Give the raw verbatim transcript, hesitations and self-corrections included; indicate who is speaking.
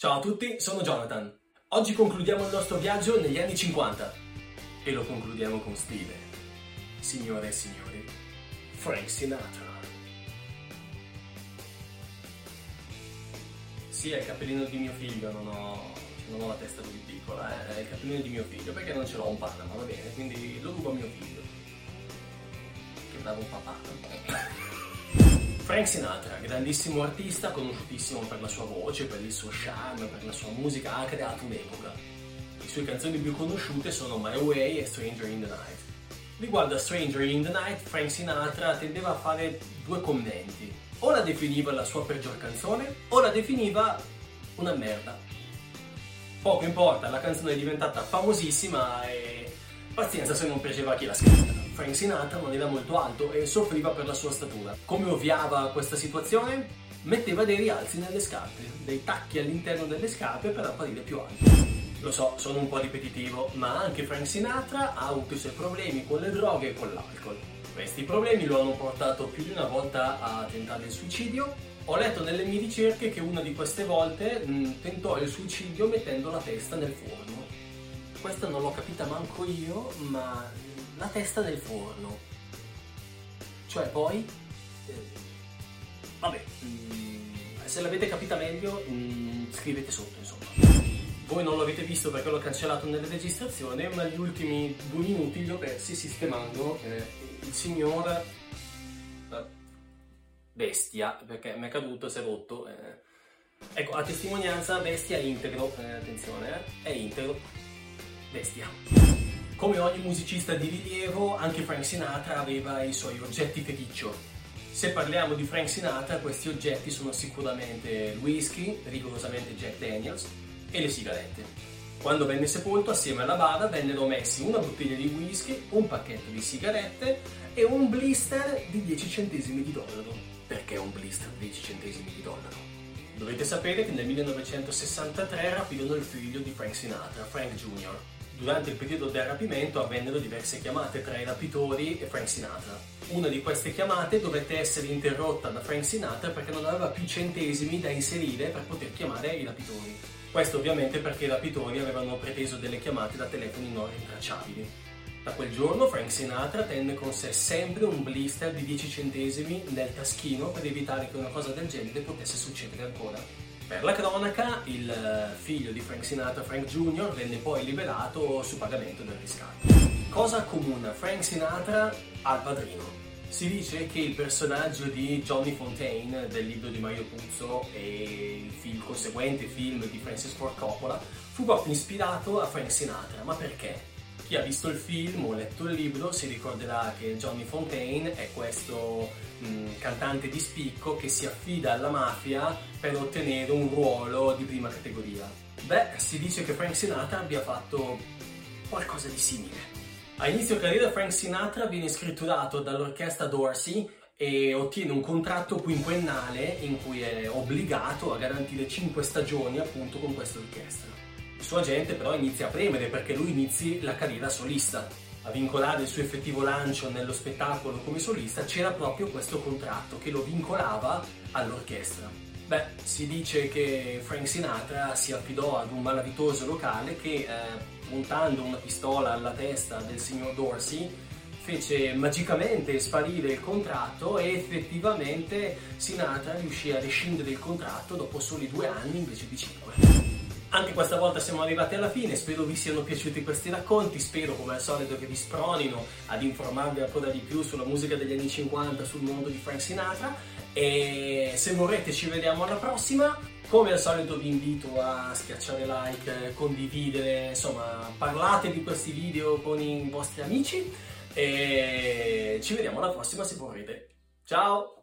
Speaker 1: Ciao a tutti, sono Jonathan. Oggi concludiamo il nostro viaggio negli anni cinquanta e lo concludiamo con stile. Signore e signori, Frank Sinatra. Sì, è il cappellino di mio figlio, non ho, non ho la testa così piccola, eh? È il cappellino di mio figlio, perché non ce l'ho un Panama, va bene, quindi lo rubo a mio figlio. Che bravo papà. Frank Sinatra, grandissimo artista, conosciutissimo per la sua voce, per il suo charme, per la sua musica, ha creato un'epoca. Le sue canzoni più conosciute sono My Way e Stranger in the Night. Riguardo a Stranger in the Night, Frank Sinatra tendeva a fare due commenti. O la definiva la sua peggior canzone, o la definiva una merda. Poco importa, la canzone è diventata famosissima e pazienza se non piaceva a chi l'ha scritta. Frank Sinatra non era molto alto e soffriva per la sua statura. Come ovviava questa situazione? Metteva dei rialzi nelle scarpe, dei tacchi all'interno delle scarpe per apparire più alto. Lo so, sono un po' ripetitivo, ma anche Frank Sinatra ha avuto i suoi problemi con le droghe e con l'alcol. Questi problemi lo hanno portato più di una volta a tentare il suicidio. Ho letto nelle mie ricerche che una di queste volte mh, tentò il suicidio mettendo la testa nel forno. Questa non l'ho capita manco io, ma la testa nel forno. Cioè poi... Eh, vabbè, mh, se l'avete capita meglio, mh, scrivete sotto, insomma. Voi non l'avete visto perché l'ho cancellato nella registrazione, ma gli ultimi due minuti li ho persi sistemando eh, il signor... Eh, bestia, perché mi è caduto, si è rotto. Eh. Ecco, a testimonianza, bestia è integro, eh, attenzione, eh, è integro. Bestia. Come ogni musicista di rilievo, anche Frank Sinatra aveva i suoi oggetti feticcio. Se parliamo di Frank Sinatra, questi oggetti sono sicuramente il whisky, rigorosamente Jack Daniels, e le sigarette. Quando venne sepolto, assieme alla bara, vennero messi una bottiglia di whisky, un pacchetto di sigarette e un blister di dieci centesimi di dollaro. Perché un blister di dieci centesimi di dollaro? Dovete sapere che nel millenovecentosessantatré rapirono il figlio di Frank Sinatra, Frank Junior Durante il periodo del rapimento avvennero diverse chiamate tra i rapitori e Frank Sinatra. Una di queste chiamate dovette essere interrotta da Frank Sinatra perché non aveva più centesimi da inserire per poter chiamare i rapitori. Questo ovviamente perché i rapitori avevano preteso delle chiamate da telefoni non rintracciabili. Da quel giorno Frank Sinatra tenne con sé sempre un blister di dieci centesimi nel taschino per evitare che una cosa del genere potesse succedere ancora. Per la cronaca, il figlio di Frank Sinatra, Frank Junior, venne poi liberato su pagamento del riscatto. Cosa accomuna Frank Sinatra al padrino? Si dice che il personaggio di Johnny Fontane del libro di Mario Puzo e il film, conseguente film di Francis Ford Coppola fu proprio ispirato a Frank Sinatra. Ma perché? Chi ha visto il film o letto il libro si ricorderà che Johnny Fontane è questo mh, cantante di spicco che si affida alla mafia per ottenere un ruolo di prima categoria. Beh, si dice che Frank Sinatra abbia fatto qualcosa di simile. A inizio carriera Frank Sinatra viene scritturato dall'orchestra Dorsey e ottiene un contratto quinquennale in cui è obbligato a garantire cinque stagioni appunto con questa orchestra. Il suo agente però inizia a premere perché lui inizi la carriera solista. A vincolare il suo effettivo lancio nello spettacolo come solista c'era proprio questo contratto che lo vincolava all'orchestra. Beh, si dice che Frank Sinatra si affidò ad un malavitoso locale che, eh, puntando una pistola alla testa del signor Dorsey, fece magicamente sparire il contratto e effettivamente Sinatra riuscì a rescindere il contratto dopo soli due anni invece di cinque. Anche questa volta siamo arrivati alla fine, spero vi siano piaciuti questi racconti, spero come al solito che vi spronino ad informarvi ancora di più sulla musica degli anni cinquanta, sul mondo di Frank Sinatra e se vorrete ci vediamo alla prossima. Come al solito vi invito a schiacciare like, condividere, insomma parlate di questi video con i vostri amici e ci vediamo alla prossima se vorrete. Ciao!